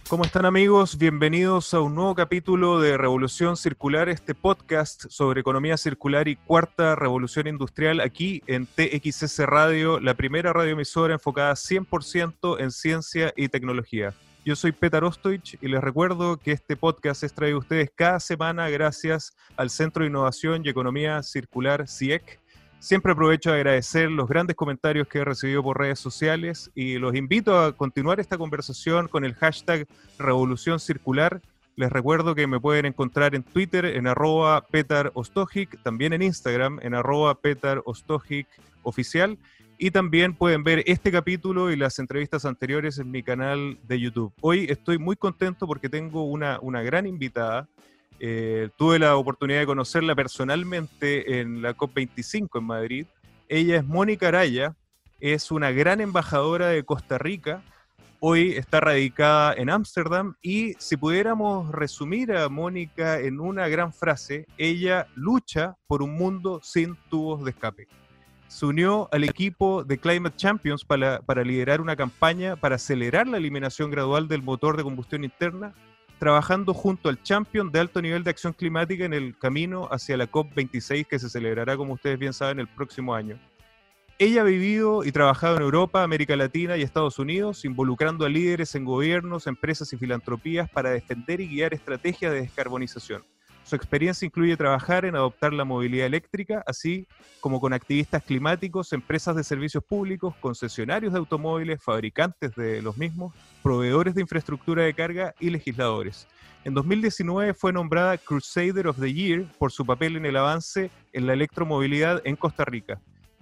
¿Cómo están, amigos? Bienvenidos a un nuevo capítulo de Revolución Circular, este podcast sobre economía circular y cuarta revolución industrial aquí en TXS Radio, la primera radioemisora enfocada 100% en ciencia y tecnología. Yo soy Petar Ostoich y les recuerdo que este podcast es traído a ustedes cada semana gracias al Centro de Innovación y Economía Circular CIEC. Siempre aprovecho de agradecer los grandes comentarios que he recibido por redes sociales y los invito a continuar esta conversación con el hashtag Revolución Circular. Les recuerdo que me pueden encontrar en Twitter en @PetarOstojic, también en Instagram en @PetarOstojicOficial, y también pueden ver este capítulo y las entrevistas anteriores en mi canal de YouTube. Hoy estoy muy contento porque tengo una gran invitada. Tuve la oportunidad de conocerla personalmente en la COP25 en Madrid. Ella es Mónica Araya, es una gran embajadora de Costa Rica. Hoy está radicada en Ámsterdam y si pudiéramos resumir a Mónica en una gran frase, ella lucha por un mundo sin tubos de escape. Se unió al equipo de Climate Champions para liderar una campaña para acelerar la eliminación gradual del motor de combustión interna, trabajando junto al champion de alto nivel de acción climática en el camino hacia la COP26 que se celebrará, como ustedes bien saben, el próximo año. Ella ha vivido y trabajado en Europa, América Latina y Estados Unidos, involucrando a líderes en gobiernos, empresas y filantropías para defender y guiar estrategias de descarbonización. Su experiencia incluye trabajar en adoptar la movilidad eléctrica, así como con activistas climáticos, empresas de servicios públicos, concesionarios de automóviles, fabricantes de los mismos, proveedores de infraestructura de carga y legisladores. En 2019 fue nombrada Crusader of the Year por su papel en el avance en la electromovilidad en Costa Rica.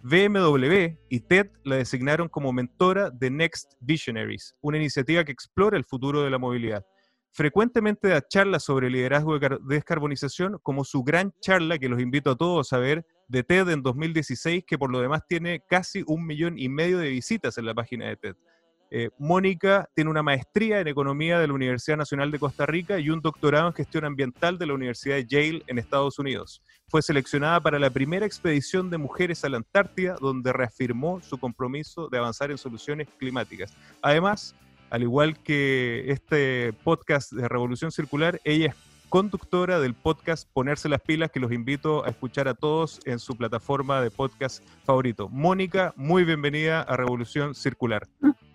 BMW y TED la designaron como mentora de Next Visionaries, una iniciativa que explora el futuro de la movilidad. Frecuentemente da charlas sobre liderazgo de descarbonización, como su gran charla que los invito a todos a ver de TED en 2016, que por lo demás tiene casi 1,5 millones de visitas en la página de TED. Mónica tiene una maestría en Economía de la Universidad Nacional de Costa Rica y un doctorado en Gestión Ambiental de la Universidad de Yale en Estados Unidos. Fue seleccionada para la primera expedición de mujeres a la Antártida, donde reafirmó su compromiso de avanzar en soluciones climáticas. Además, al igual que este podcast de Revolución Circular, ella es conductora del podcast Ponerse las Pilas, que los invito a escuchar a todos en su plataforma de podcast favorito. Mónica, muy bienvenida a Revolución Circular.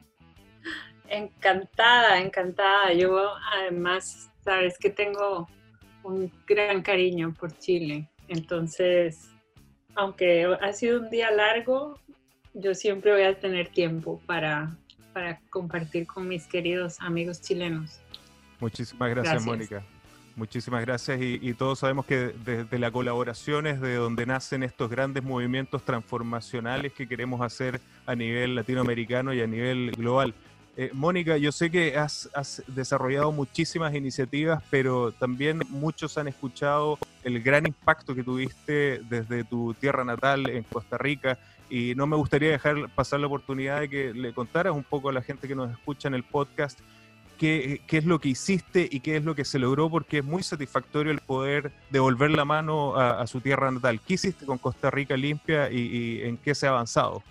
Encantada, encantada. Yo además, sabes que tengo un gran cariño por Chile. Entonces, aunque ha sido un día largo, yo siempre voy a tener tiempo para compartir con mis queridos amigos chilenos. Muchísimas gracias, Mónica. Muchísimas gracias y todos sabemos que desde la colaboración es de donde nacen estos grandes movimientos transformacionales que queremos hacer a nivel latinoamericano y a nivel global. Mónica, yo sé que has desarrollado muchísimas iniciativas, pero también muchos han escuchado el gran impacto que tuviste desde tu tierra natal en Costa Rica, y no me gustaría dejar pasar la oportunidad de que le contaras un poco a la gente que nos escucha en el podcast qué es lo que hiciste y qué es lo que se logró, porque es muy satisfactorio el poder devolver la mano a su tierra natal. ¿Qué hiciste con Costa Rica Limpia y en qué se ha avanzado?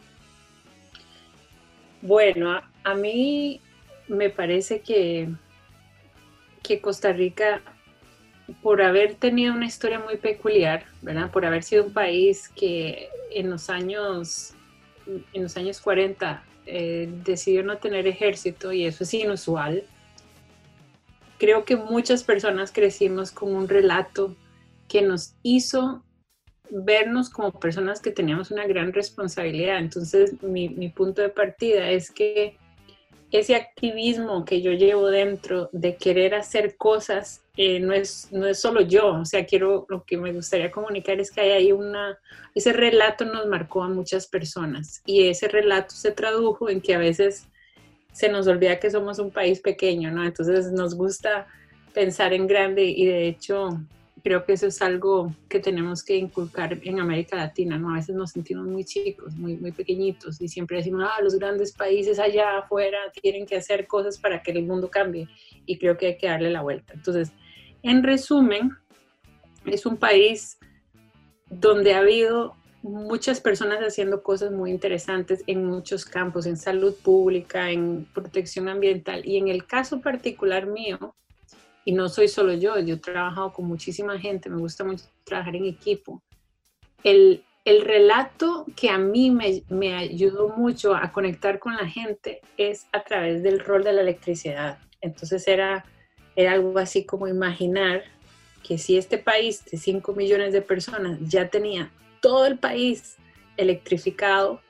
Bueno, a mí me parece que Costa Rica, por haber tenido una historia muy peculiar, ¿verdad? Por haber sido un país que en los años 40 decidió no tener ejército, y eso es inusual. Creo que muchas personas crecimos con un relato que nos hizo vernos como personas que teníamos una gran responsabilidad. Entonces, mi punto de partida es que ese activismo que yo llevo dentro de querer hacer cosas no es solo yo. O sea, lo que me gustaría comunicar es que hay ahí ese relato nos marcó a muchas personas, y ese relato se tradujo en que a veces se nos olvida que somos un país pequeño, ¿no? Entonces nos gusta pensar en grande, y de hecho creo que eso es algo que tenemos que inculcar en América Latina, ¿no? A veces nos sentimos muy chicos, muy, muy pequeñitos, y siempre decimos, los grandes países allá afuera tienen que hacer cosas para que el mundo cambie, y creo que hay que darle la vuelta. Entonces, en resumen, es un país donde ha habido muchas personas haciendo cosas muy interesantes en muchos campos, en salud pública, en protección ambiental. Y en el caso particular mío, y no soy solo yo he trabajado con muchísima gente, me gusta mucho trabajar en equipo. El relato que a mí me ayudó mucho a conectar con la gente es a través del rol de la electricidad. Entonces era algo así como imaginar que si este país de 5 millones de personas ya tenía todo el país electrificado,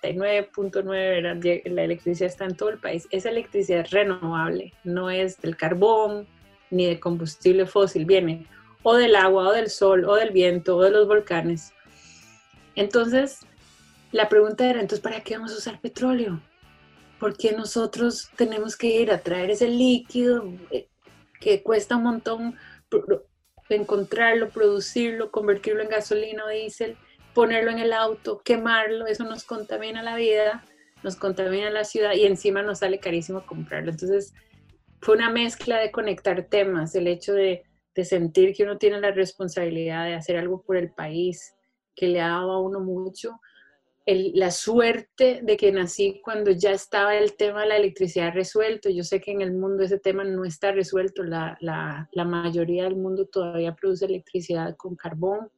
99.9 la electricidad está en todo el país, esa electricidad es renovable, no es del carbón ni de combustible fósil, viene o del agua o del sol o del viento o de los volcanes. Entonces, la pregunta era, entonces, ¿para qué vamos a usar petróleo? ¿Por qué nosotros tenemos que ir a traer ese líquido que cuesta un montón encontrarlo, producirlo, convertirlo en gasolina o diésel, ponerlo en el auto, quemarlo? Eso nos contamina la vida, nos contamina la ciudad y encima nos sale carísimo comprarlo. Entonces, fue una mezcla de conectar temas, el hecho de sentir que uno tiene la responsabilidad de hacer algo por el país, que le ha dado a uno mucho, la suerte de que nací cuando ya estaba el tema de la electricidad resuelto. Yo sé que en el mundo ese tema no está resuelto, la mayoría del mundo todavía produce electricidad con carbón.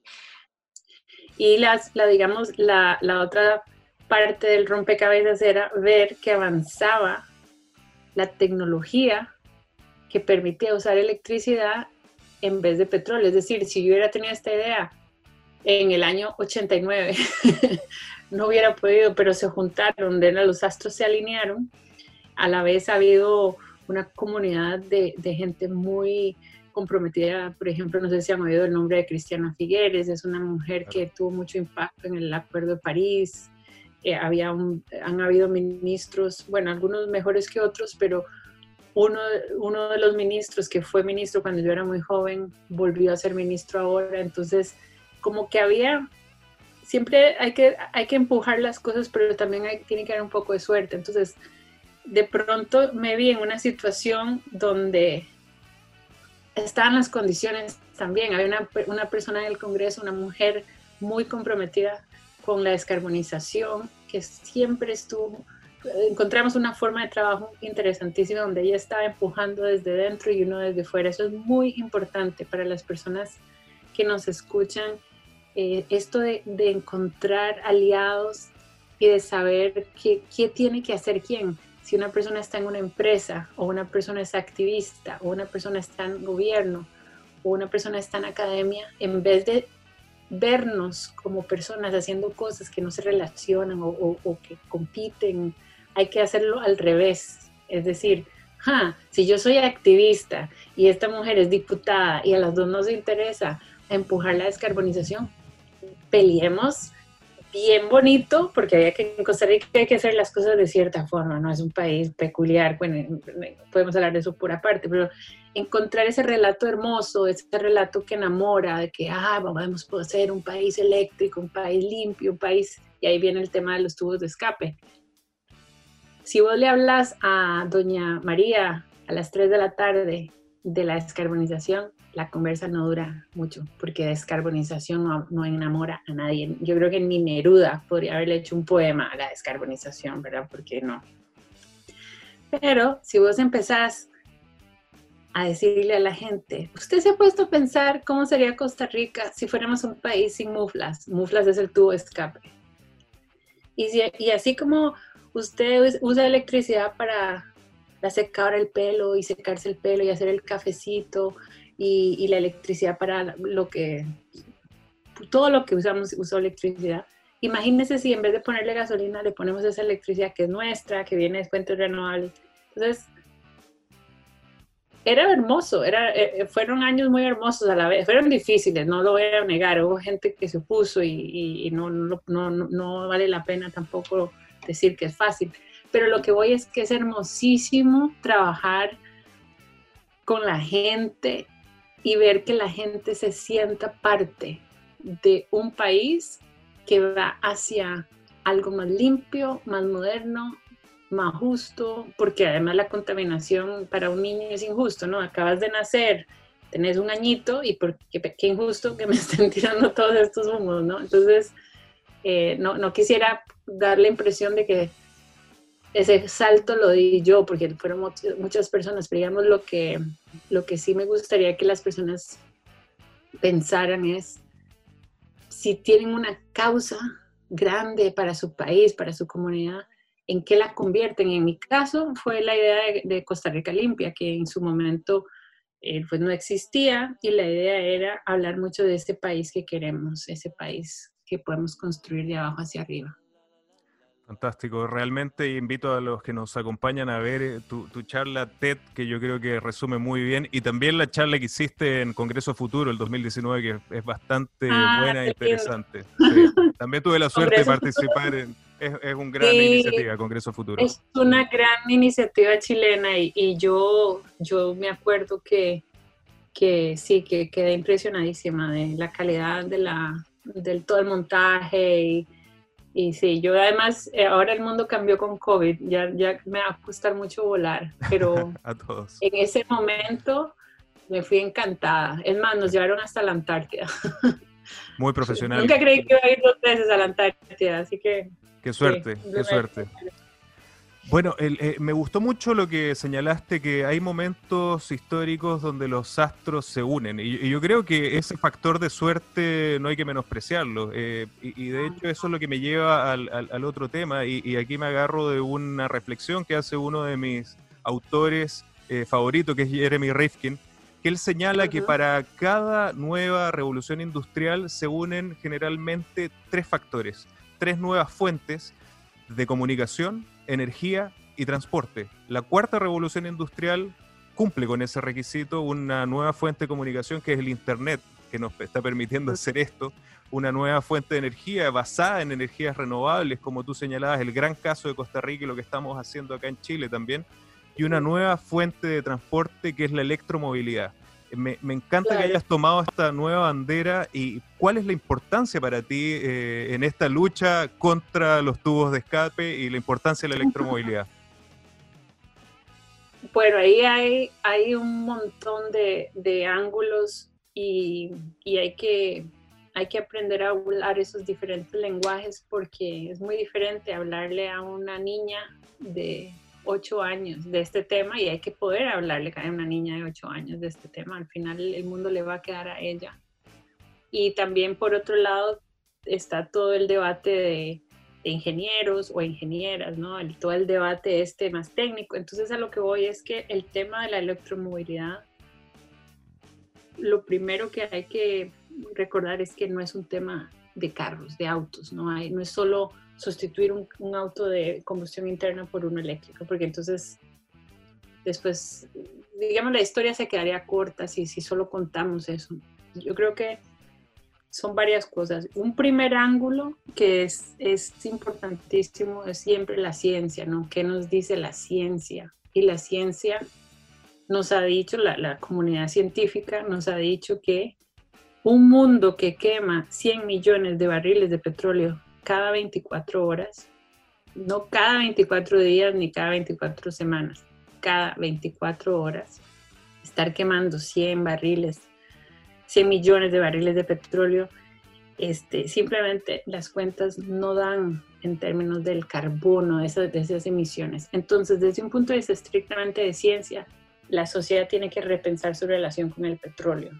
Y digamos, la otra parte del rompecabezas era ver que avanzaba la tecnología que permitía usar electricidad en vez de petróleo. Es decir, si yo hubiera tenido esta idea en el año 89, no hubiera podido, pero se juntaron, los astros se alinearon. A la vez ha habido una comunidad de gente muy comprometida. Por ejemplo, no sé si han oído el nombre de Cristiana Figueres, es una mujer que tuvo mucho impacto en el Acuerdo de París. Han habido ministros, bueno, algunos mejores que otros, pero uno de los ministros que fue ministro cuando yo era muy joven volvió a ser ministro ahora. Entonces, como que siempre hay que empujar las cosas, pero también tiene que haber un poco de suerte. Entonces, de pronto me vi en una situación donde estaban las condiciones también. Había una persona en el Congreso, una mujer muy comprometida con la descarbonización, que siempre encontramos una forma de trabajo interesantísima donde ella estaba empujando desde dentro y uno desde fuera. Eso es muy importante para las personas que nos escuchan, esto de encontrar aliados y de saber qué tiene que hacer quién. Si una persona está en una empresa, o una persona es activista, o una persona está en gobierno, o una persona está en academia, en vez de vernos como personas haciendo cosas que no se relacionan o que compiten, hay que hacerlo al revés. Es decir, si yo soy activista y esta mujer es diputada y a las dos nos interesa empujar la descarbonización, peleemos bien bonito, porque en Costa Rica hay que hacer las cosas de cierta forma, no es un país peculiar, bueno, podemos hablar de eso por aparte, pero encontrar ese relato hermoso, ese relato que enamora, de que vamos a ser un país eléctrico, un país limpio, un país, y ahí viene el tema de los tubos de escape. Si vos le hablas a doña María a las 3 de la tarde de la descarbonización, la conversa no dura mucho, porque descarbonización no enamora a nadie. Yo creo que ni Neruda podría haberle hecho un poema a la descarbonización, ¿verdad? Porque no. Pero si vos empezás a decirle a la gente, usted se ha puesto a pensar cómo sería Costa Rica si fuéramos un país sin muflas. Muflas es el tubo de escape. Y así como usted usa electricidad para la secadora del pelo y secarse el pelo y hacer el cafecito, y la electricidad para todo lo que usamos, usa electricidad. Imagínense si en vez de ponerle gasolina le ponemos esa electricidad que es nuestra, que viene de fuentes renovables. Entonces, era hermoso, fueron años muy hermosos a la vez, fueron difíciles, no lo voy a negar, hubo gente que se opuso y no vale la pena tampoco decir que es fácil, pero lo que voy es que es hermosísimo trabajar con la gente y ver que la gente se sienta parte de un país que va hacia algo más limpio, más moderno, más justo, porque además la contaminación para un niño es injusto, ¿no? Acabas de nacer, tenés un añito y qué injusto que me estén tirando todos estos humos, ¿no? Entonces, no quisiera dar la impresión de que ese salto lo di yo, porque fueron muchas personas, pero digamos lo que sí me gustaría que las personas pensaran es si tienen una causa grande para su país, para su comunidad, ¿en qué la convierten? En mi caso fue la idea de Costa Rica Limpia, que en su momento pues no existía, y la idea era hablar mucho de este país que queremos, ese país que podemos construir de abajo hacia arriba. Fantástico, realmente invito a los que nos acompañan a ver tu charla TED, que yo creo que resume muy bien, y también la charla que hiciste en Congreso Futuro el 2019, que es bastante Ah, buena e qué lindo. interesante. Sí. También tuve la suerte de Congreso Futuro. participar es una gran Sí, iniciativa, Congreso Futuro. es una gran iniciativa chilena y yo me acuerdo que sí, que quedé impresionadísima de la calidad del todo el montaje y sí, yo además, ahora el mundo cambió con COVID, ya me va a costar mucho volar, pero A todos. en ese momento me fui encantada. Es más, nos llevaron hasta la Antártida. Muy profesional. Nunca creí que iba a ir 2 veces a la Antártida, así que Qué sí. suerte, qué suerte. Bueno, me gustó mucho lo que señalaste, que hay momentos históricos donde los astros se unen y yo creo que ese factor de suerte no hay que menospreciarlo y de hecho eso es lo que me lleva al otro tema y aquí me agarro de una reflexión que hace uno de mis autores favoritos, que es Jeremy Rifkin, que él señala que para cada nueva revolución industrial se unen generalmente tres factores, tres nuevas fuentes de comunicación, energía y transporte. La cuarta revolución industrial cumple con ese requisito, una nueva fuente de comunicación que es el Internet, que nos está permitiendo hacer esto, una nueva fuente de energía basada en energías renovables, como tú señalabas, el gran caso de Costa Rica y lo que estamos haciendo acá en Chile también, y una nueva fuente de transporte que es la electromovilidad. Me encanta que hayas tomado esta nueva bandera y ¿cuál es la importancia para ti en esta lucha contra los tubos de escape y la importancia de la electromovilidad? Bueno, ahí hay un montón de ángulos y hay que aprender a hablar esos diferentes lenguajes porque es muy diferente hablarle a una niña de 8 años de este tema y hay que poder hablarle a una niña de 8 años de este tema. Al final el mundo le va a quedar a ella. Y también por otro lado está todo el debate de ingenieros o ingenieras, ¿no? Todo el debate más técnico. Entonces a lo que voy es que el tema de la electromovilidad, lo primero que hay que recordar es que no es un tema de carros, de autos, no es solo sustituir un auto de combustión interna por uno eléctrico, porque entonces después, digamos, la historia se quedaría corta si solo contamos eso. Yo creo que son varias cosas. Un primer ángulo que es importantísimo es siempre la ciencia, ¿no? ¿Qué nos dice la ciencia? Y la ciencia nos ha dicho, la comunidad científica nos ha dicho que un mundo que quema 100 millones de barriles de petróleo cada 24 horas, no cada 24 días ni cada 24 semanas, cada 24 horas, estar quemando 100 millones de barriles de petróleo, simplemente las cuentas no dan en términos del carbono, de esas emisiones. Entonces, desde un punto de vista estrictamente de ciencia, la sociedad tiene que repensar su relación con el petróleo.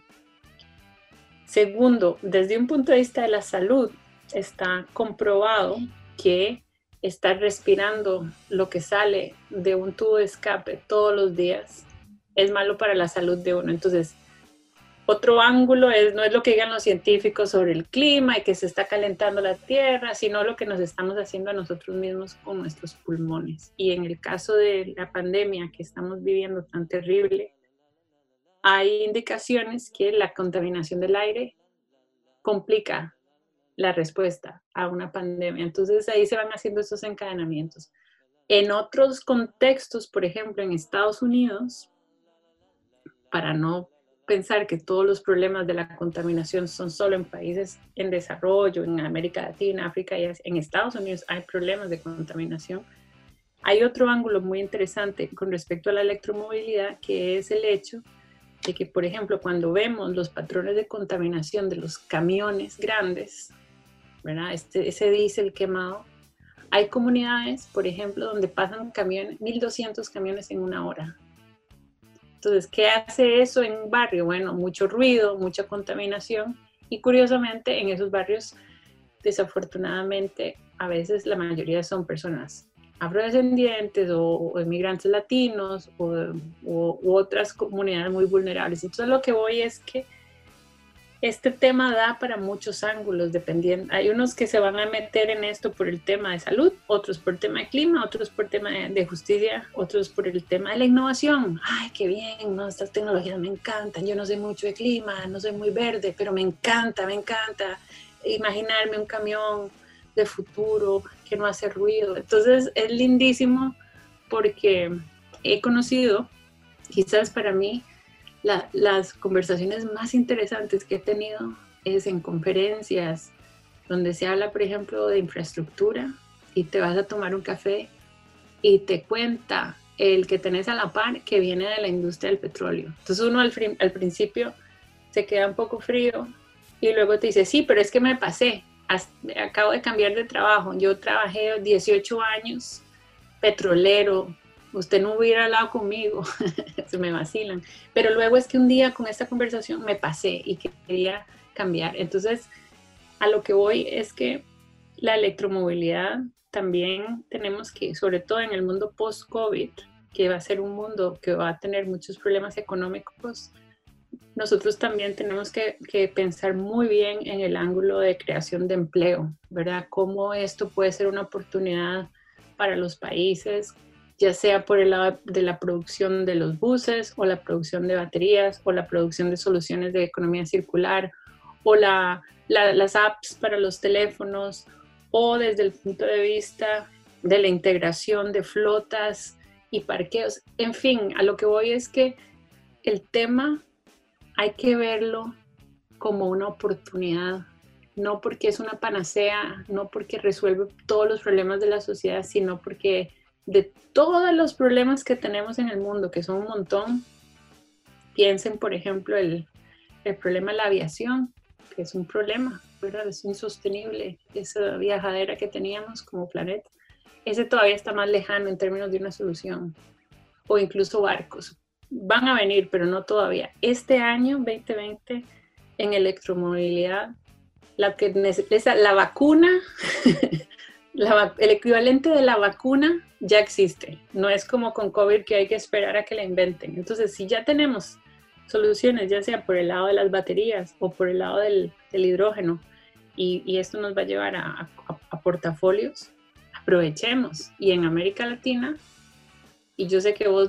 Segundo, desde un punto de vista de la salud, está comprobado que estar respirando lo que sale de un tubo de escape todos los días es malo para la salud de uno. Entonces, otro ángulo no es lo que digan los científicos sobre el clima y que se está calentando la tierra, sino lo que nos estamos haciendo a nosotros mismos con nuestros pulmones. Y en el caso de la pandemia que estamos viviendo tan terrible, hay indicaciones que la contaminación del aire complica la respuesta a una pandemia. Entonces ahí se van haciendo estos encadenamientos. En otros contextos, por ejemplo, en Estados Unidos, para no pensar que todos los problemas de la contaminación son solo en países en desarrollo, en América Latina, África y en Estados Unidos hay problemas de contaminación. Hay otro ángulo muy interesante con respecto a la electromovilidad, que es el hecho de que, por ejemplo, cuando vemos los patrones de contaminación de los camiones grandes, ¿verdad? Ese diésel quemado. Hay comunidades, por ejemplo, donde pasan camiones, 1.200 camiones en una hora. Entonces, ¿qué hace eso en un barrio? Bueno, mucho ruido, mucha contaminación y curiosamente en esos barrios, desafortunadamente, a veces la mayoría son personas afrodescendientes o inmigrantes latinos u otras comunidades muy vulnerables. Entonces, lo que voy es que este tema da para muchos ángulos, dependiendo. Hay unos que se van a meter en esto por el tema de salud, otros por el tema de clima, otros por el tema de justicia, otros por el tema de la innovación. Ay, qué bien, ¿no? Estas tecnologías me encantan. Yo no sé mucho de clima, no soy muy verde, pero me encanta imaginarme un camión de futuro que no hace ruido. Entonces es lindísimo porque he conocido, quizás para mí, las conversaciones más interesantes que he tenido es en conferencias donde se habla, por ejemplo, de infraestructura y te vas a tomar un café y te cuenta el que tenés a la par que viene de la industria del petróleo. Entonces uno al principio se queda un poco frío y luego te dice, sí, pero es que me pasé, acabo de cambiar de trabajo, yo trabajé 18 años petrolero, usted no hubiera hablado conmigo, se me vacilan. Pero luego es que un día con esta conversación me pasé y quería cambiar. Entonces, a lo que voy es que la electromovilidad también tenemos que, sobre todo en el mundo post-COVID, que va a ser un mundo que va a tener muchos problemas económicos, nosotros también tenemos que pensar muy bien en el ángulo de creación de empleo, ¿verdad? Cómo esto puede ser una oportunidad para los países, ya sea por el lado de la producción de los buses o la producción de baterías o la producción de soluciones de economía circular o las apps para los teléfonos o desde el punto de vista de la integración de flotas y parqueos. En fin, a lo que voy es que el tema hay que verlo como una oportunidad, no porque es una panacea, no porque resuelve todos los problemas de la sociedad, sino porque de todos los problemas que tenemos en el mundo, que son un montón, piensen, por ejemplo, el problema de la aviación, que es un problema, ¿verdad? Es insostenible esa viajadera que teníamos como planeta. Ese todavía está más lejano en términos de una solución, o incluso barcos. Van a venir, pero no todavía. Este año, 2020, en electromovilidad, la vacuna, el equivalente de la vacuna ya existe. No es como con COVID que hay que esperar a que la inventen. Entonces, si ya tenemos soluciones, ya sea por el lado de las baterías o por el lado del hidrógeno, y esto nos va a llevar a portafolios, aprovechemos. Y en América Latina, y yo sé que vos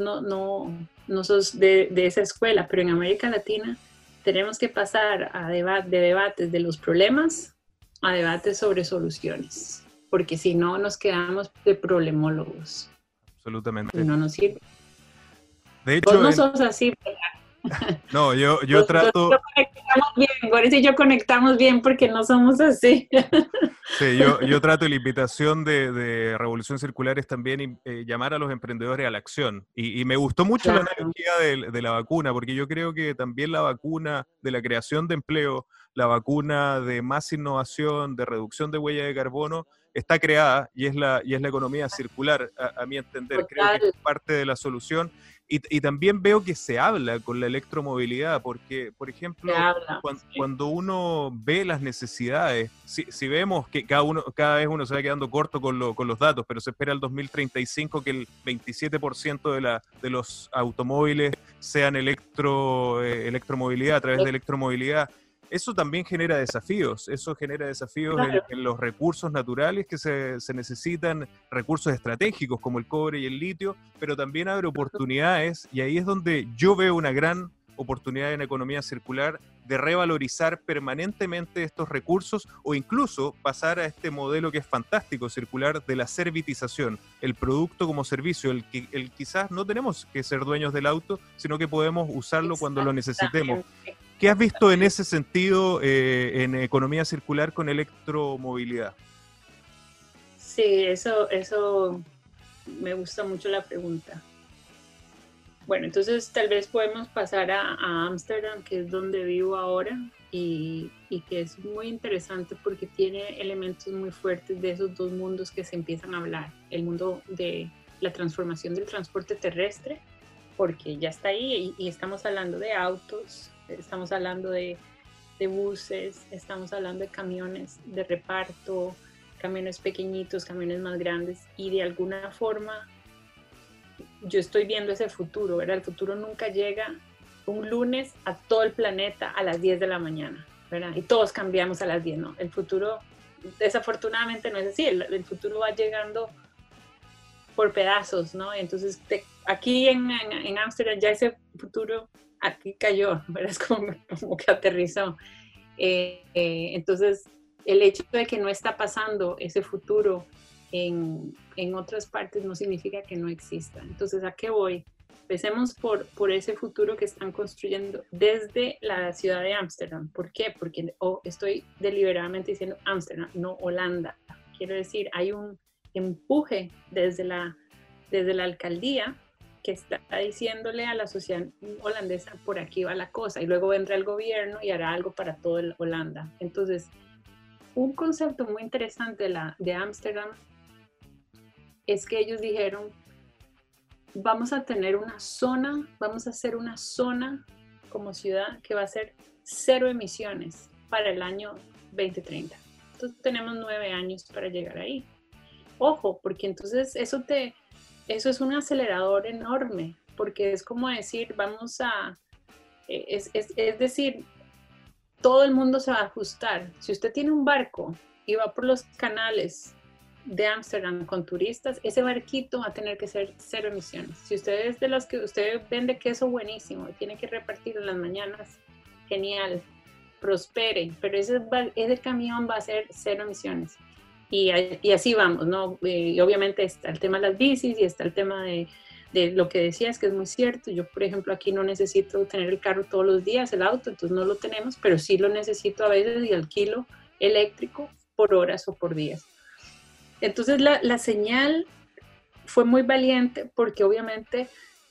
no sos de esa escuela, pero en América Latina tenemos que pasar de debates de los problemas a debates sobre soluciones, porque si no nos quedamos de problemólogos. Absolutamente. Y no nos sirve. De hecho, vos no sos así, ¿verdad? No, yo trato... Boris y yo conectamos bien porque no somos así. Sí, yo trato, la invitación de Revolución Circular es también llamar a los emprendedores a la acción. Y me gustó mucho Claro. la analogía de la vacuna, porque yo creo que también la vacuna de la creación de empleo, la vacuna de más innovación, de reducción de huella de carbono, está creada y es la economía circular, a mi entender. Creo que es parte de la solución. Y también veo que se habla con la electromovilidad, porque, por ejemplo, cuando uno ve las necesidades, si vemos que cada vez uno se va quedando corto con los datos, pero se espera el 2035 que el 27% de los automóviles sean electromovilidad, a través de electromovilidad. Eso también genera desafíos, Claro. en los recursos naturales que se necesitan, recursos estratégicos como el cobre y el litio, pero también abre oportunidades, y ahí es donde yo veo una gran oportunidad en economía circular de revalorizar permanentemente estos recursos o incluso pasar a este modelo que es fantástico, circular, de la servitización, el producto como servicio, el quizás no tenemos que ser dueños del auto, sino que podemos usarlo cuando lo necesitemos. ¿Qué has visto en ese sentido en economía circular con electromovilidad? Sí, eso me gusta mucho la pregunta. Bueno, entonces tal vez podemos pasar a Ámsterdam, que es donde vivo ahora, y que es muy interesante porque tiene elementos muy fuertes de esos dos mundos que se empiezan a hablar. El mundo de la transformación del transporte terrestre, porque ya está ahí y estamos hablando de autos, estamos hablando de buses, estamos hablando de camiones de reparto, camiones pequeñitos, camiones más grandes, y de alguna forma yo estoy viendo ese futuro, ¿verdad? El futuro nunca llega un lunes a todo el planeta a las 10 de la mañana, ¿verdad? Y todos cambiamos a las 10, ¿no? El futuro, desafortunadamente no es así, el futuro va llegando por pedazos, ¿no? Entonces, aquí en Ámsterdam ya ese futuro aquí cayó, ¿verdad? Es como que aterrizó. Entonces, el hecho de que no está pasando ese futuro en otras partes no significa que no exista. Entonces, ¿a qué voy? Empecemos por ese futuro que están construyendo desde la ciudad de Ámsterdam. ¿Por qué? Porque estoy deliberadamente diciendo Ámsterdam, no Holanda. Quiero decir, hay un empuje desde la alcaldía que está diciéndole a la sociedad holandesa, por aquí va la cosa, y luego vendrá el gobierno y hará algo para toda Holanda. Entonces, un concepto muy interesante de Ámsterdam es que ellos dijeron, vamos a tener una zona, vamos a hacer una zona como ciudad que va a ser cero emisiones para el año 2030. Entonces tenemos 9 años para llegar ahí. Ojo, porque entonces eso es un acelerador enorme, porque es como decir, es decir, todo el mundo se va a ajustar. Si usted tiene un barco y va por los canales de Ámsterdam con turistas, ese barquito va a tener que ser cero emisiones. Si usted es de los que usted vende queso buenísimo y tiene que repartir en las mañanas, genial, prospere, pero ese camión va a ser cero emisiones. Y así vamos, ¿no? Y obviamente está el tema de las bicis y está el tema de lo que decías, que es muy cierto. Yo, por ejemplo, aquí no necesito tener el carro todos los días, el auto, entonces no lo tenemos, pero sí lo necesito a veces y alquilo eléctrico por horas o por días. Entonces la señal fue muy valiente porque obviamente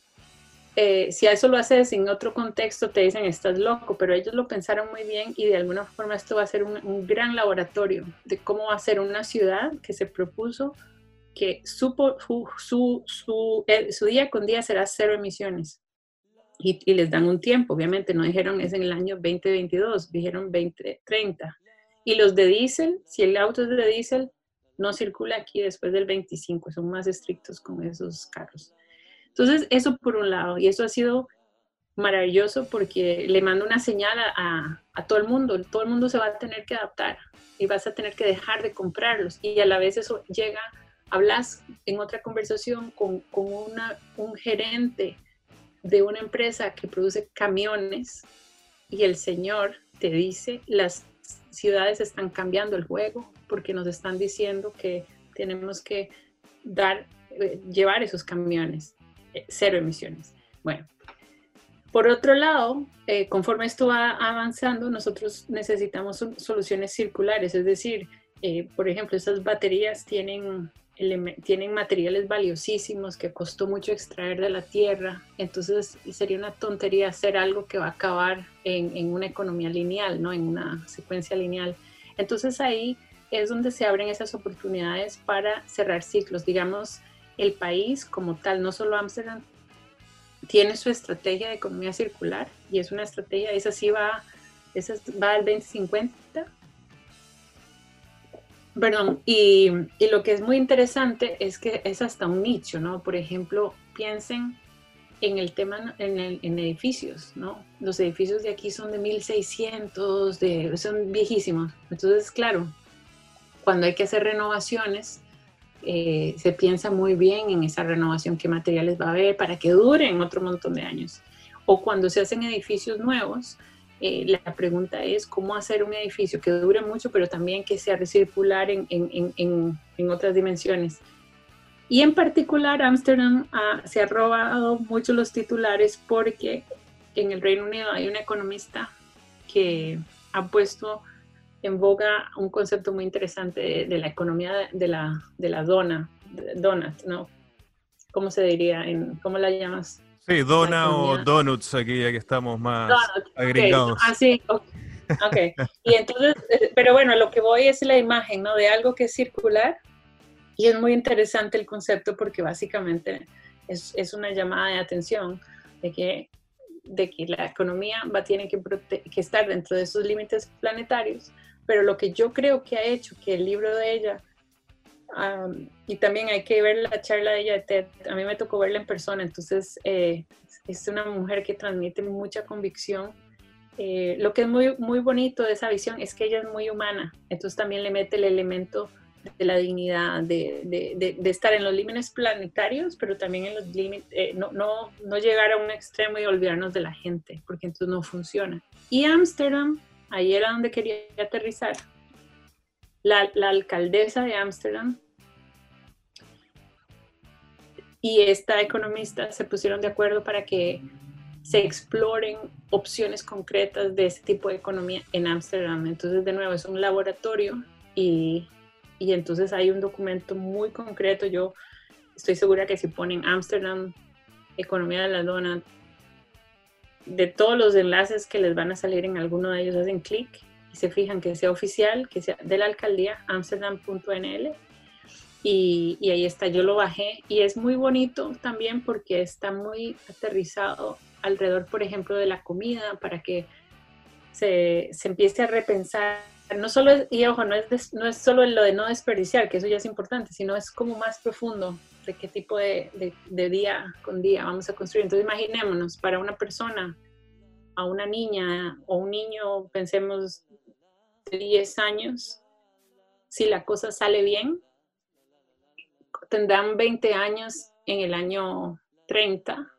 si a eso lo haces en otro contexto te dicen estás loco, pero ellos lo pensaron muy bien y de alguna forma esto va a ser un gran laboratorio de cómo va a ser una ciudad que se propuso que su día con día será cero emisiones. Y les dan un tiempo, obviamente, no dijeron es en el año 2022, dijeron 2030. Y los de diésel, si el auto es de diésel, no circula aquí después del 25, son más estrictos con esos carros. Entonces, eso por un lado, y eso ha sido maravilloso porque le manda una señal a todo el mundo se va a tener que adaptar y vas a tener que dejar de comprarlos. Y a la vez eso llega, hablas en otra conversación con un gerente de una empresa que produce camiones y el señor te dice, las ciudades están cambiando el juego porque nos están diciendo que tenemos que llevar esos camiones, cero emisiones. Bueno, por otro lado, conforme esto va avanzando, nosotros necesitamos soluciones circulares, es decir, por ejemplo, esas baterías tienen materiales valiosísimos que costó mucho extraer de la tierra, entonces sería una tontería hacer algo que va a acabar en una economía lineal, ¿no? En una secuencia lineal. Entonces ahí es donde se abren esas oportunidades para cerrar ciclos. Digamos, el país como tal, no solo Ámsterdam, tiene su estrategia de economía circular y es una estrategia, esa va al 2050. Perdón, y lo que es muy interesante es que es hasta un nicho, ¿no? Por ejemplo, piensen en el tema en edificios, ¿no? Los edificios de aquí son de 1600, son viejísimos. Entonces, claro, cuando hay que hacer renovaciones, se piensa muy bien en esa renovación, qué materiales va a haber para que duren otro montón de años. O cuando se hacen edificios nuevos, la pregunta es cómo hacer un edificio que dure mucho, pero también que sea recircular en otras dimensiones. Y en particular, Ámsterdam se ha robado mucho los titulares porque en el Reino Unido hay un economista que ha puesto en boga un concepto muy interesante de la economía de la donut, ¿no? ¿Cómo se diría? ¿Cómo la llamas? Sí, la dona o economía. donuts aquí, ya que estamos más Donuts, ok, agringados. sí, ok. Y entonces, pero bueno, lo que voy es la imagen, ¿no? De algo que es circular. Y es muy interesante el concepto porque básicamente es una llamada de atención de que la economía tiene que estar dentro de esos límites planetarios, pero lo que yo creo que ha hecho que el libro de ella, y también hay que ver la charla de ella de TED, a mí me tocó verla en persona, entonces es una mujer que transmite mucha convicción. Lo que es muy, muy bonito de esa visión es que ella es muy humana, entonces también le mete el elemento de la dignidad, de estar en los límites planetarios, pero también en los límites, no llegar a un extremo y olvidarnos de la gente, porque entonces no funciona. Y Ámsterdam, ahí era donde quería aterrizar. La alcaldesa de Ámsterdam y esta economista se pusieron de acuerdo para que se exploren opciones concretas de ese tipo de economía en Ámsterdam. Entonces, de nuevo, es un laboratorio y entonces hay un documento muy concreto. Yo estoy segura que si ponen Ámsterdam, economía de la dona, de todos los enlaces que les van a salir en alguno de ellos, hacen clic y se fijan que sea oficial, que sea de la alcaldía, amsterdam.nl. Y ahí está, yo lo bajé y es muy bonito también porque está muy aterrizado alrededor, por ejemplo, de la comida para que se empiece a repensar. No solo es, y ojo, no es solo lo de no desperdiciar, que eso ya es importante, sino es como más profundo de qué tipo de día con día vamos a construir. Entonces imaginémonos, para una persona, a una niña o un niño, pensemos de 10 años, si la cosa sale bien, tendrán 20 años en el año 30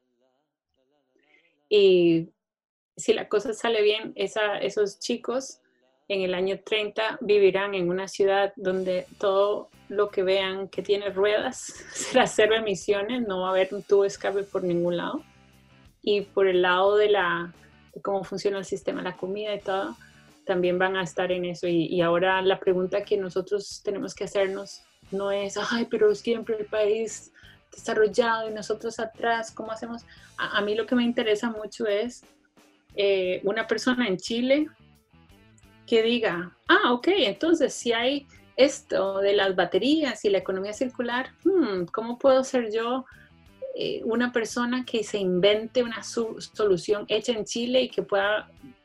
y si la cosa sale bien, esos chicos en el año 30 vivirán en una ciudad donde todo lo que vean que tiene ruedas será cero emisiones, no va a haber un tubo de escape por ningún lado. Y por el lado de cómo funciona el sistema, la comida y todo, también van a estar en eso. Y ahora la pregunta que nosotros tenemos que hacernos no es, ay, pero siempre el país desarrollado y nosotros atrás, ¿cómo hacemos? A mí lo que me interesa mucho es una persona en Chile que diga, ok, entonces si hay esto de las baterías y la economía circular, ¿cómo puedo ser yo una persona que se invente una solución hecha en Chile y que pueda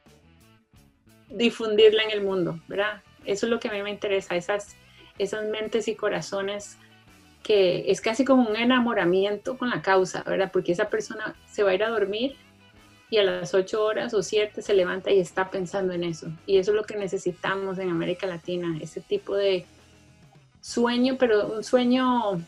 difundirla en el mundo, ¿verdad? Eso es lo que a mí me interesa, esas mentes y corazones que es casi como un enamoramiento con la causa, ¿verdad? Porque esa persona se va a ir a dormir y a las 8 horas o 7 se levanta y está pensando en eso. Y eso es lo que necesitamos en América Latina, ese tipo de sueño, pero un sueño,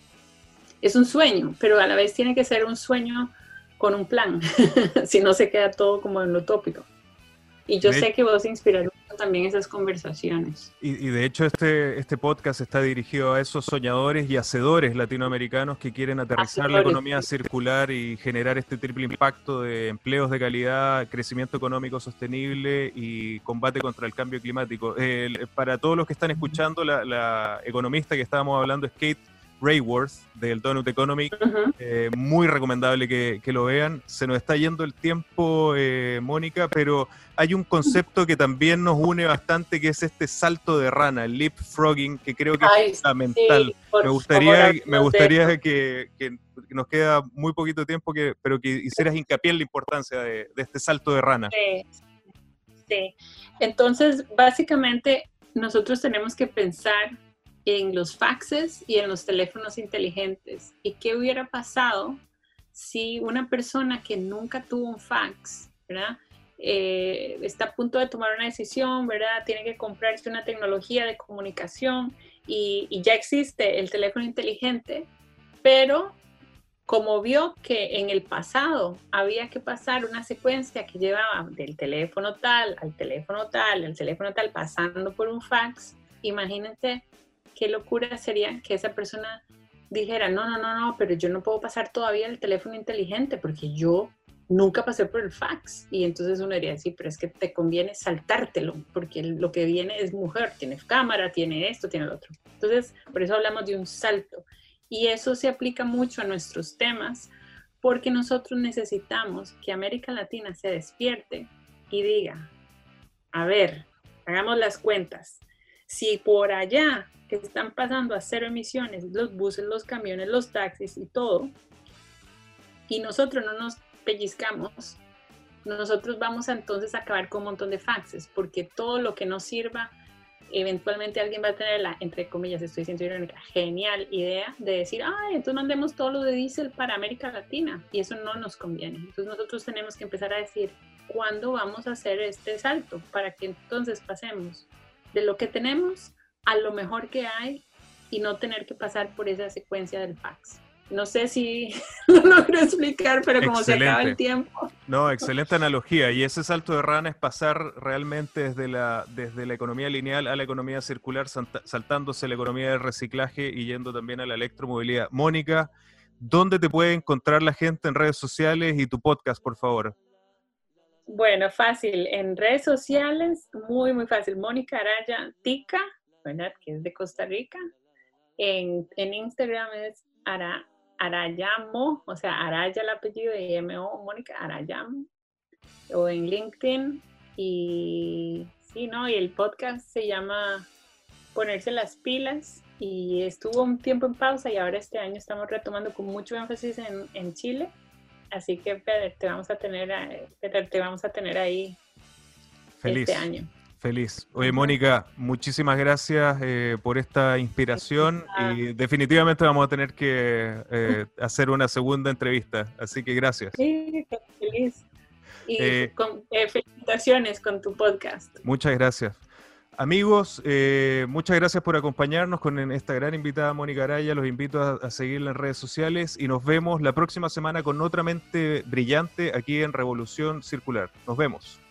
es un sueño, pero a la vez tiene que ser un sueño con un plan, si no se queda todo como en lo tópico. Y yo sé que vos inspirar también esas conversaciones. Y de hecho este podcast está dirigido a esos soñadores y hacedores latinoamericanos que quieren aterrizar la Hacedores. economía circular y generar este triple impacto de empleos de calidad, crecimiento económico sostenible y combate contra el cambio climático. Para todos los que están escuchando, la economista que estábamos hablando es Kate Raworth del Donut Economy. Muy recomendable que lo vean. Se nos está yendo el tiempo, Mónica, pero hay un concepto que también nos une bastante, que es este salto de rana, el leapfrogging, que creo que es fundamental. Sí, por Me gustaría que nos queda muy poquito tiempo, pero que hicieras hincapié en la importancia de este salto de rana. Sí, sí. Entonces, básicamente, nosotros tenemos que pensar en los faxes y en los teléfonos inteligentes. ¿Y qué hubiera pasado si una persona que nunca tuvo un fax, ¿verdad? Está a punto de tomar una decisión, ¿verdad? Tiene que comprarse una tecnología de comunicación y ya existe el teléfono inteligente, pero como vio que en el pasado había que pasar una secuencia que llevaba del teléfono tal al teléfono tal, al teléfono tal, pasando por un fax, imagínate qué locura sería que esa persona dijera, no, pero yo no puedo pasar todavía el teléfono inteligente porque yo nunca pasé por el fax. Y entonces uno diría, sí, pero es que te conviene saltártelo, porque lo que viene es mujer, tiene cámara, tiene esto, tiene lo otro. Entonces, por eso hablamos de un salto. Y eso se aplica mucho a nuestros temas, porque nosotros necesitamos que América Latina se despierte y diga, a ver, hagamos las cuentas. Si por allá que están pasando a 0 emisiones los buses, los camiones, los taxis y todo, y nosotros no nos pellizcamos, nosotros vamos a entonces acabar con un montón de faxes, porque todo lo que nos sirva, eventualmente alguien va a tener la, entre comillas, estoy siendo irónica, genial idea de decir, entonces mandemos todo lo de diésel para América Latina, y eso no nos conviene. Entonces nosotros tenemos que empezar a decir, ¿cuándo vamos a hacer este salto? Para que entonces pasemos de lo que tenemos a lo mejor que hay y no tener que pasar por esa secuencia del fax. No sé si lo logro explicar, pero como se acaba el tiempo. No, excelente analogía. Y ese salto de rana es pasar realmente desde la economía lineal a la economía circular, saltándose la economía del reciclaje y yendo también a la electromovilidad. Mónica, ¿dónde te puede encontrar la gente en redes sociales y tu podcast, por favor? Bueno, fácil. En redes sociales, muy, muy fácil. Mónica Araya Tica, ¿verdad? Que es de Costa Rica. En Instagram es Arayamo, o sea, Araya el apellido y M-O, Mónica Arayamo. O en LinkedIn. Y sí, ¿no? Y el podcast se llama Ponerse las pilas. Y estuvo un tiempo en pausa y ahora este año estamos retomando con mucho énfasis en Chile. Así que Peder, te vamos a tener ahí feliz, este año. Feliz. Oye, Mónica, muchísimas gracias por esta inspiración y definitivamente vamos a tener que hacer una segunda entrevista, así que gracias. Sí, feliz. Y felicitaciones con tu podcast. Muchas gracias. Amigos, muchas gracias por acompañarnos con esta gran invitada Mónica Araya. Los invito a seguirla en redes sociales y nos vemos la próxima semana con otra mente brillante aquí en Revolución Circular. Nos vemos.